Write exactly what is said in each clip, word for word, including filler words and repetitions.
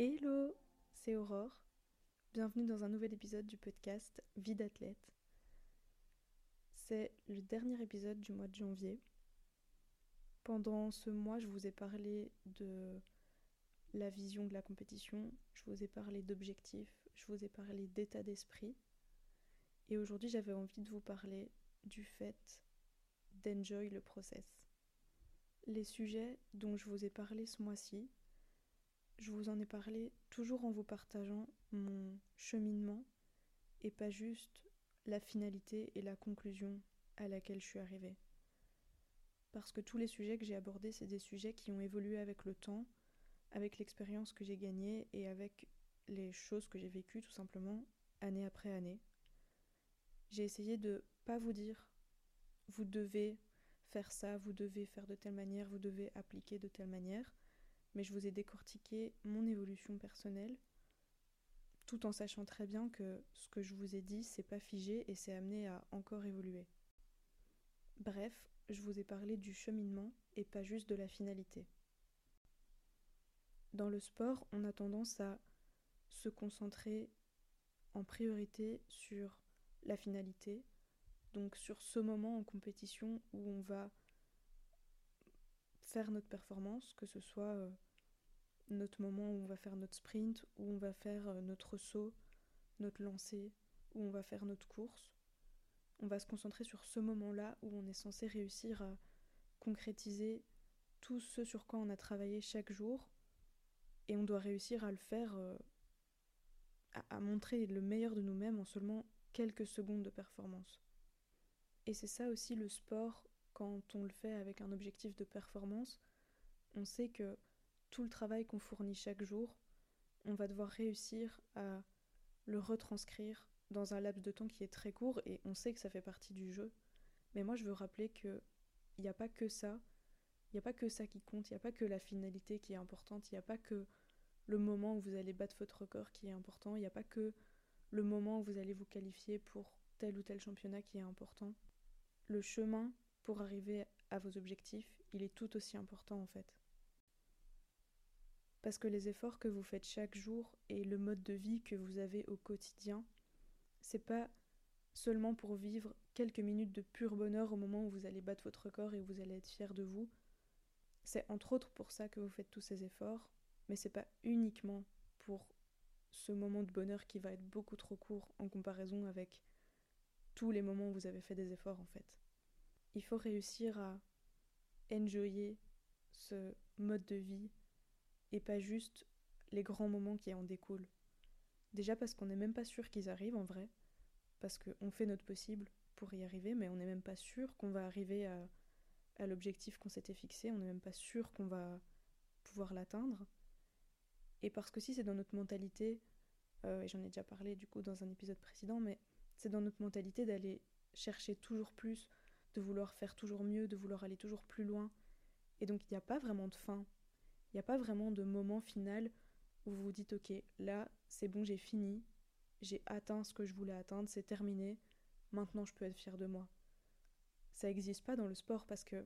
Hello, c'est Aurore. Bienvenue dans un nouvel épisode du podcast Vie d'athlète. C'est le dernier épisode du mois de janvier. Pendant ce mois, je vous ai parlé de la vision de la compétition, je vous ai parlé d'objectifs, je vous ai parlé d'état d'esprit. Et aujourd'hui, j'avais envie de vous parler du fait d'enjoy le process. Les sujets dont je vous ai parlé ce mois-ci, je vous en ai parlé toujours en vous partageant mon cheminement et pas juste la finalité et la conclusion à laquelle je suis arrivée. Parce que tous les sujets que j'ai abordés, c'est des sujets qui ont évolué avec le temps, avec l'expérience que j'ai gagnée et avec les choses que j'ai vécues tout simplement année après année. J'ai essayé de pas vous dire vous devez faire ça, vous devez faire de telle manière, vous devez appliquer de telle manière, mais je vous ai décortiqué mon évolution personnelle tout en sachant très bien que ce que je vous ai dit, c'est pas figé et c'est amené à encore évoluer. Bref, je vous ai parlé du cheminement et pas juste de la finalité. Dans le sport, on a tendance à se concentrer en priorité sur la finalité, donc sur ce moment en compétition où on va faire notre performance, que ce soit euh, notre moment où on va faire notre sprint, où on va faire euh, notre saut, notre lancer, où on va faire notre course. On va se concentrer sur ce moment-là où on est censé réussir à concrétiser tout ce sur quoi on a travaillé chaque jour et on doit réussir à le faire, euh, à, à montrer le meilleur de nous-mêmes en seulement quelques secondes de performance. Et c'est ça aussi le sport, quand on le fait avec un objectif de performance, on sait que tout le travail qu'on fournit chaque jour, on va devoir réussir à le retranscrire dans un laps de temps qui est très court et on sait que ça fait partie du jeu. Mais moi je veux rappeler qu'il n'y a pas que ça, il n'y a pas que ça qui compte, il n'y a pas que la finalité qui est importante, il n'y a pas que le moment où vous allez battre votre record qui est important, il n'y a pas que le moment où vous allez vous qualifier pour tel ou tel championnat qui est important. Le chemin pour arriver à vos objectifs, il est tout aussi important en fait. Parce que les efforts que vous faites chaque jour et le mode de vie que vous avez au quotidien, c'est pas seulement pour vivre quelques minutes de pur bonheur au moment où vous allez battre votre record et où vous allez être fier de vous. C'est entre autres pour ça que vous faites tous ces efforts, mais c'est pas uniquement pour ce moment de bonheur qui va être beaucoup trop court en comparaison avec tous les moments où vous avez fait des efforts en fait. Il faut réussir à enjoyer ce mode de vie et pas juste les grands moments qui en découlent. Déjà parce qu'on n'est même pas sûr qu'ils arrivent en vrai, parce qu'on fait notre possible pour y arriver, mais on n'est même pas sûr qu'on va arriver à, à l'objectif qu'on s'était fixé, on n'est même pas sûr qu'on va pouvoir l'atteindre. Et parce que si c'est dans notre mentalité, euh, et j'en ai déjà parlé du coup dans un épisode précédent, mais c'est dans notre mentalité d'aller chercher toujours plus, de vouloir faire toujours mieux, de vouloir aller toujours plus loin. Et donc il n'y a pas vraiment de fin, il n'y a pas vraiment de moment final où vous vous dites ok, là c'est bon, j'ai fini, j'ai atteint ce que je voulais atteindre, c'est terminé, maintenant je peux être fière de moi. Ça n'existe pas dans le sport parce que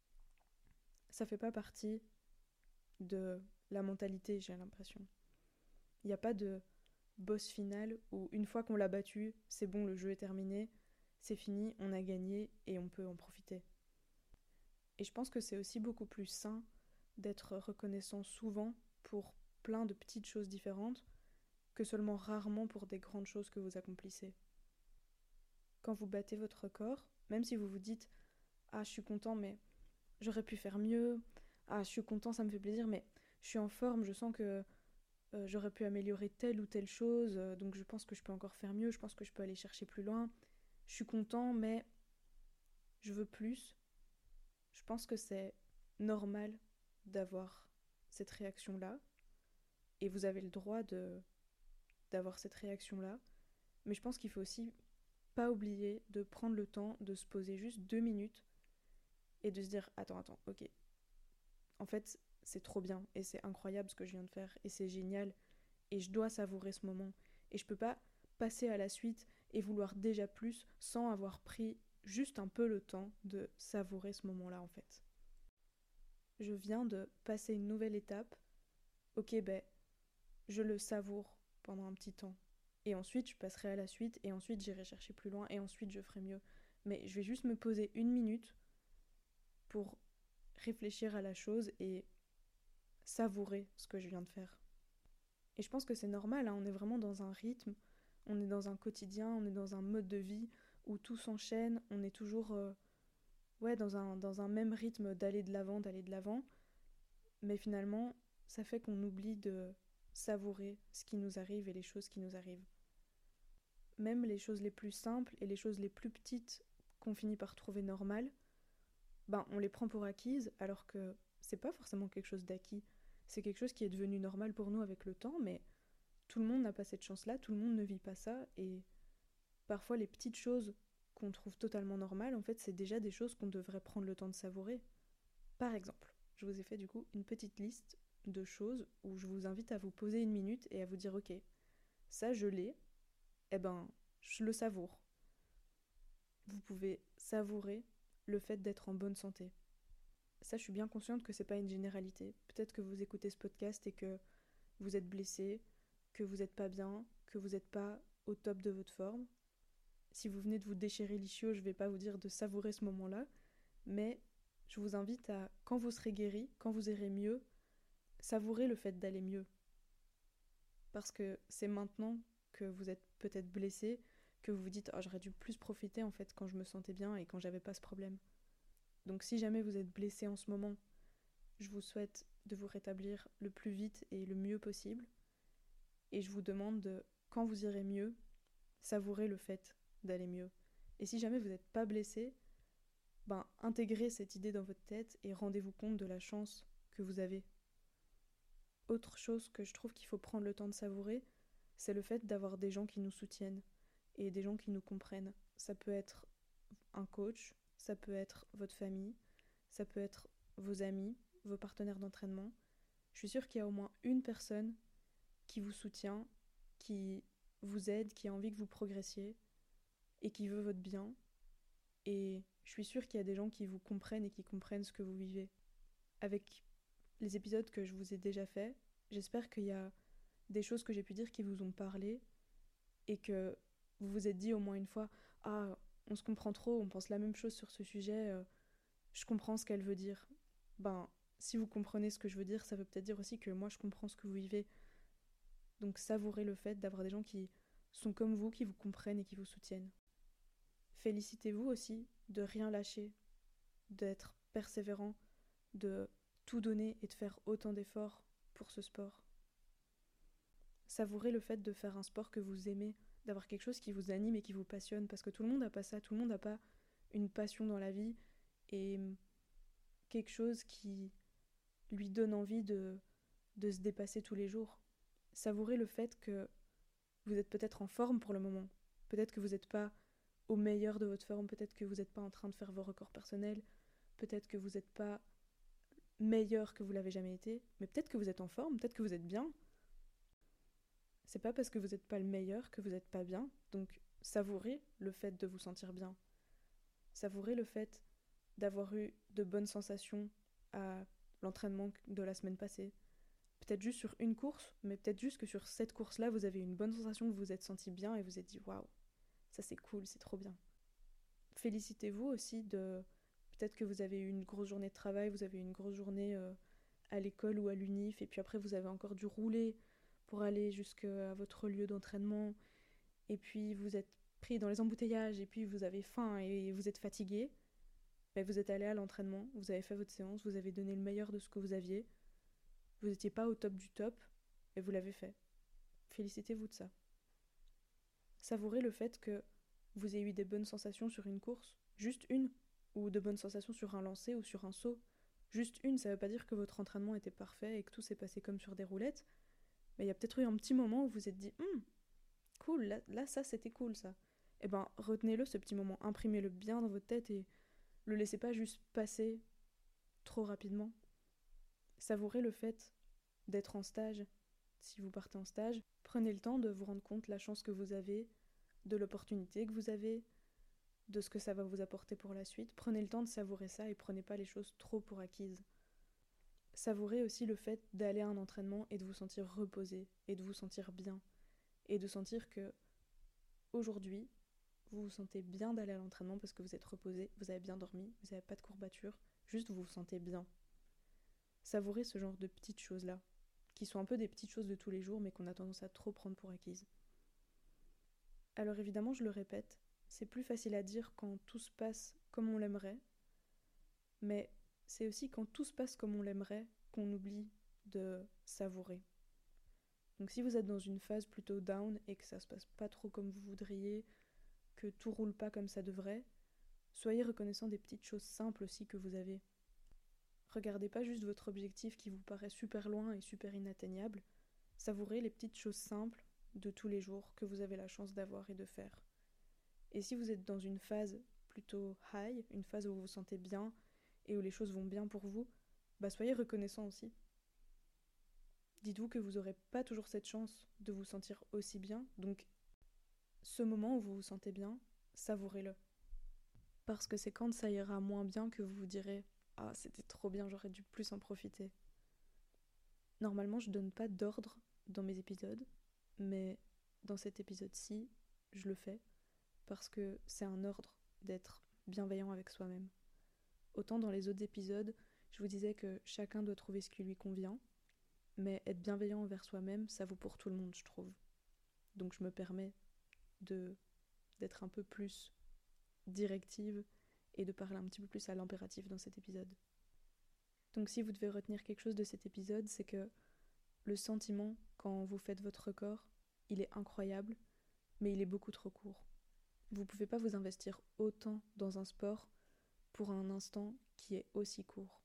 ça fait pas partie de la mentalité, j'ai l'impression. Il n'y a pas de boss final où une fois qu'on l'a battu, c'est bon, le jeu est terminé, c'est fini, on a gagné et on peut en profiter. Et je pense que c'est aussi beaucoup plus sain d'être reconnaissant souvent pour plein de petites choses différentes que seulement rarement pour des grandes choses que vous accomplissez. Quand vous battez votre record, même si vous vous dites « Ah, je suis content, mais j'aurais pu faire mieux. Ah, je suis content, ça me fait plaisir, mais je suis en forme, je sens que euh, j'aurais pu améliorer telle ou telle chose, euh, donc je pense que je peux encore faire mieux, je pense que je peux aller chercher plus loin. Je suis content, mais je veux plus. » Je pense que c'est normal d'avoir cette réaction-là, et vous avez le droit de, d'avoir cette réaction-là, mais je pense qu'il faut aussi pas oublier de prendre le temps de se poser juste deux minutes et de se dire « Attends, attends, ok, en fait, c'est trop bien et c'est incroyable ce que je viens de faire et c'est génial et je dois savourer ce moment. Et je peux pas passer à la suite et vouloir déjà plus sans avoir pris juste un peu le temps de savourer ce moment-là en fait. Je viens de passer une nouvelle étape. Ok, ben, je le savoure pendant un petit temps. Et ensuite, je passerai à la suite, et ensuite, j'irai chercher plus loin, et ensuite, je ferai mieux. Mais je vais juste me poser une minute pour réfléchir à la chose et savourer ce que je viens de faire. Et je pense que c'est normal, hein, on est vraiment dans un rythme, on est dans un quotidien, on est dans un mode de vie où tout s'enchaîne, on est toujours euh, ouais, dans, un, dans un même rythme d'aller de l'avant, d'aller de l'avant. Mais finalement, ça fait qu'on oublie de savourer ce qui nous arrive et les choses qui nous arrivent. Même les choses les plus simples et les choses les plus petites qu'on finit par trouver normales, ben on les prend pour acquises alors que c'est pas forcément quelque chose d'acquis. C'est quelque chose qui est devenu normal pour nous avec le temps, mais tout le monde n'a pas cette chance-là, tout le monde ne vit pas ça, et parfois les petites choses qu'on trouve totalement normales, en fait, c'est déjà des choses qu'on devrait prendre le temps de savourer. Par exemple, je vous ai fait du coup une petite liste de choses où je vous invite à vous poser une minute et à vous dire ok, ça je l'ai, eh ben je le savoure. Vous pouvez savourer le fait d'être en bonne santé. Ça, je suis bien consciente que c'est pas une généralité. Peut-être que vous écoutez ce podcast et que vous êtes blessé, que vous n'êtes pas bien, que vous n'êtes pas au top de votre forme. Si vous venez de vous déchirer l'ischio, je vais pas vous dire de savourer ce moment-là, mais je vous invite à, quand vous serez guéri, quand vous irez mieux, savourer le fait d'aller mieux. Parce que c'est maintenant que vous êtes peut-être blessé, que vous vous dites oh, j'aurais dû plus profiter en fait quand je me sentais bien et quand j'avais pas ce problème. Donc si jamais vous êtes blessé en ce moment, je vous souhaite de vous rétablir le plus vite et le mieux possible. Et je vous demande de, quand vous irez mieux, savourer le fait d'aller mieux. Et si jamais vous n'êtes pas blessé, ben intégrez cette idée dans votre tête et rendez-vous compte de la chance que vous avez. Autre chose que je trouve qu'il faut prendre le temps de savourer, c'est le fait d'avoir des gens qui nous soutiennent et des gens qui nous comprennent. Ça peut être un coach, ça peut être votre famille, ça peut être vos amis, vos partenaires d'entraînement. Je suis sûre qu'il y a au moins une personne qui vous soutient, qui vous aide, qui a envie que vous progressiez et qui veut votre bien. Et je suis sûre qu'il y a des gens qui vous comprennent et qui comprennent ce que vous vivez. Avec les épisodes que je vous ai déjà faits, j'espère qu'il y a des choses que j'ai pu dire qui vous ont parlé et que vous vous êtes dit au moins une fois « Ah, on se comprend trop, on pense la même chose sur ce sujet, euh, je comprends ce qu'elle veut dire. » Ben, si vous comprenez ce que je veux dire, ça veut peut-être dire aussi que moi je comprends ce que vous vivez. Donc savourez le fait d'avoir des gens qui sont comme vous, qui vous comprennent et qui vous soutiennent. Félicitez-vous aussi de rien lâcher, d'être persévérant, de tout donner et de faire autant d'efforts pour ce sport. Savourez le fait de faire un sport que vous aimez, d'avoir quelque chose qui vous anime et qui vous passionne, parce que tout le monde n'a pas ça, tout le monde n'a pas une passion dans la vie et quelque chose qui lui donne envie de, de se dépasser tous les jours. Savourez le fait que vous êtes peut-être en forme pour le moment, peut-être que vous n'êtes pas au meilleur de votre forme, peut-être que vous n'êtes pas en train de faire vos records personnels, peut-être que vous n'êtes pas meilleur que vous l'avez jamais été, mais peut-être que vous êtes en forme, peut-être que vous êtes bien. C'est pas parce que vous n'êtes pas le meilleur que vous n'êtes pas bien, donc savourez le fait de vous sentir bien. Savourez le fait d'avoir eu de bonnes sensations à l'entraînement de la semaine passée. Peut-être juste sur une course, mais peut-être juste que sur cette course-là, vous avez eu une bonne sensation, vous vous êtes senti bien et vous vous êtes dit « Waouh, ça c'est cool, c'est trop bien ». Félicitez-vous aussi de... Peut-être que vous avez eu une grosse journée de travail, vous avez eu une grosse journée euh, à l'école ou à l'unif, et puis après vous avez encore dû rouler pour aller jusqu'à votre lieu d'entraînement, et puis vous êtes pris dans les embouteillages, et puis vous avez faim et vous êtes fatigué. Mais vous êtes allé à l'entraînement, vous avez fait votre séance, vous avez donné le meilleur de ce que vous aviez, vous n'étiez pas au top du top, et vous l'avez fait. Félicitez-vous de ça. Savourez le fait que vous ayez eu des bonnes sensations sur une course, juste une, ou de bonnes sensations sur un lancer ou sur un saut. Juste une, ça veut pas dire que votre entraînement était parfait et que tout s'est passé comme sur des roulettes, mais il y a peut-être eu un petit moment où vous vous êtes dit hum, cool, là, là ça c'était cool ça. Eh ben retenez-le ce petit moment, imprimez-le bien dans votre tête et le laissez pas juste passer trop rapidement. Savourez le fait d'être en stage. Si vous partez en stage, prenez le temps de vous rendre compte de la chance que vous avez, de l'opportunité que vous avez, de ce que ça va vous apporter pour la suite. Prenez le temps de savourer ça et prenez pas les choses trop pour acquises. Savourez aussi le fait d'aller à un entraînement et de vous sentir reposé, et de vous sentir bien, et de sentir que aujourd'hui, vous vous sentez bien d'aller à l'entraînement parce que vous êtes reposé, vous avez bien dormi, vous n'avez pas de courbatures, juste vous vous sentez bien. Savourez ce genre de petites choses-là, qui sont un peu des petites choses de tous les jours, mais qu'on a tendance à trop prendre pour acquises. Alors évidemment, je le répète, c'est plus facile à dire quand tout se passe comme on l'aimerait, mais c'est aussi quand tout se passe comme on l'aimerait qu'on oublie de savourer. Donc si vous êtes dans une phase plutôt down et que ça se passe pas trop comme vous voudriez, que tout roule pas comme ça devrait, soyez reconnaissant des petites choses simples aussi que vous avez. Regardez pas juste votre objectif qui vous paraît super loin et super inatteignable, savourez les petites choses simples de tous les jours que vous avez la chance d'avoir et de faire. Et si vous êtes dans une phase plutôt high, une phase où vous vous sentez bien et où les choses vont bien pour vous, bah soyez reconnaissant aussi. Dites-vous que vous n'aurez pas toujours cette chance de vous sentir aussi bien, donc ce moment où vous vous sentez bien, savourez-le. Parce que c'est quand ça ira moins bien que vous vous direz « Ah, c'était trop bien, j'aurais dû plus en profiter ». Normalement, je donne pas d'ordre dans mes épisodes, mais dans cet épisode-ci, je le fais parce que c'est un ordre d'être bienveillant avec soi-même. Autant dans les autres épisodes, je vous disais que chacun doit trouver ce qui lui convient, mais être bienveillant envers soi-même, ça vaut pour tout le monde, je trouve. Donc je me permets de, d'être un peu plus directive et de parler un petit peu plus à l'impératif dans cet épisode. Donc si vous devez retenir quelque chose de cet épisode, c'est que le sentiment quand vous faites votre record, il est incroyable, mais il est beaucoup trop court. Vous ne pouvez pas vous investir autant dans un sport pour un instant qui est aussi court.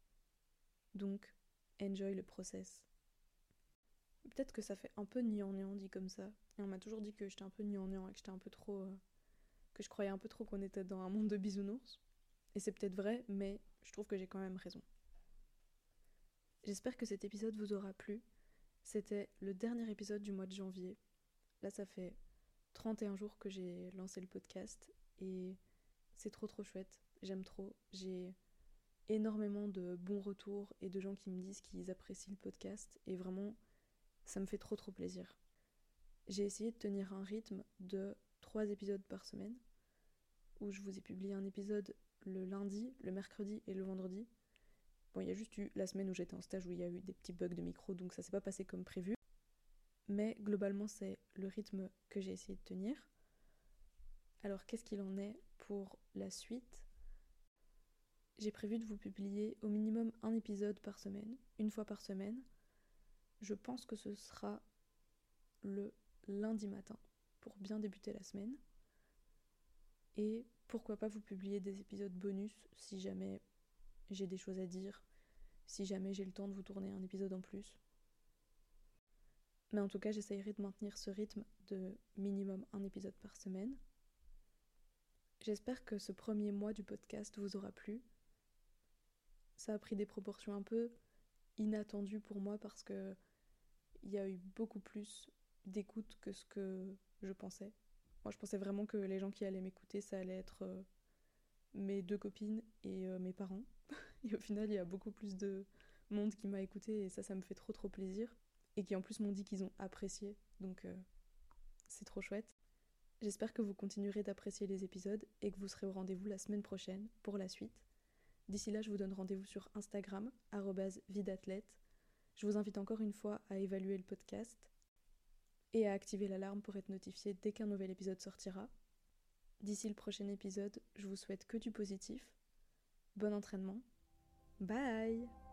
Donc, enjoy le process. Peut-être que ça fait un peu gnangnan dit comme ça, et on m'a toujours dit que j'étais un peu gnangnan et que j'étais un peu trop... Euh, que je croyais un peu trop qu'on était dans un monde de bisounours. Et c'est peut-être vrai, mais je trouve que j'ai quand même raison. J'espère que cet épisode vous aura plu. C'était le dernier épisode du mois de janvier. Là, ça fait trente et un jours que j'ai lancé le podcast et c'est trop trop chouette. J'aime trop. J'ai énormément de bons retours et de gens qui me disent qu'ils apprécient le podcast et vraiment, ça me fait trop trop plaisir. J'ai essayé de tenir un rythme de trois épisodes par semaine où je vous ai publié un épisode le lundi, le mercredi et le vendredi. Bon, il y a juste eu la semaine où j'étais en stage où il y a eu des petits bugs de micro, donc ça s'est pas passé comme prévu. Mais globalement, c'est le rythme que j'ai essayé de tenir. Alors, qu'est-ce qu'il en est pour la suite ? J'ai prévu de vous publier au minimum un épisode par semaine, une fois par semaine. Je pense que ce sera le lundi matin, pour bien débuter la semaine. Et pourquoi pas vous publier des épisodes bonus si jamais j'ai des choses à dire, si jamais j'ai le temps de vous tourner un épisode en plus. Mais en tout cas, j'essayerai de maintenir ce rythme de minimum un épisode par semaine. J'espère que ce premier mois du podcast vous aura plu. Ça a pris des proportions un peu inattendues pour moi parce que il y a eu beaucoup plus d'écoute que ce que je pensais. Moi, je pensais vraiment que les gens qui allaient m'écouter, ça allait être euh, mes deux copines et euh, mes parents. Et au final, il y a beaucoup plus de monde qui m'a écouté et ça, ça me fait trop trop plaisir. Et qui en plus m'ont dit qu'ils ont apprécié, donc euh, c'est trop chouette. J'espère que vous continuerez d'apprécier les épisodes et que vous serez au rendez-vous la semaine prochaine pour la suite. D'ici là, je vous donne rendez-vous sur Instagram, arobase vidathlète. Je vous invite encore une fois à évaluer le podcast et à activer l'alarme pour être notifié dès qu'un nouvel épisode sortira. D'ici le prochain épisode, je vous souhaite que du positif. Bon entraînement. Bye!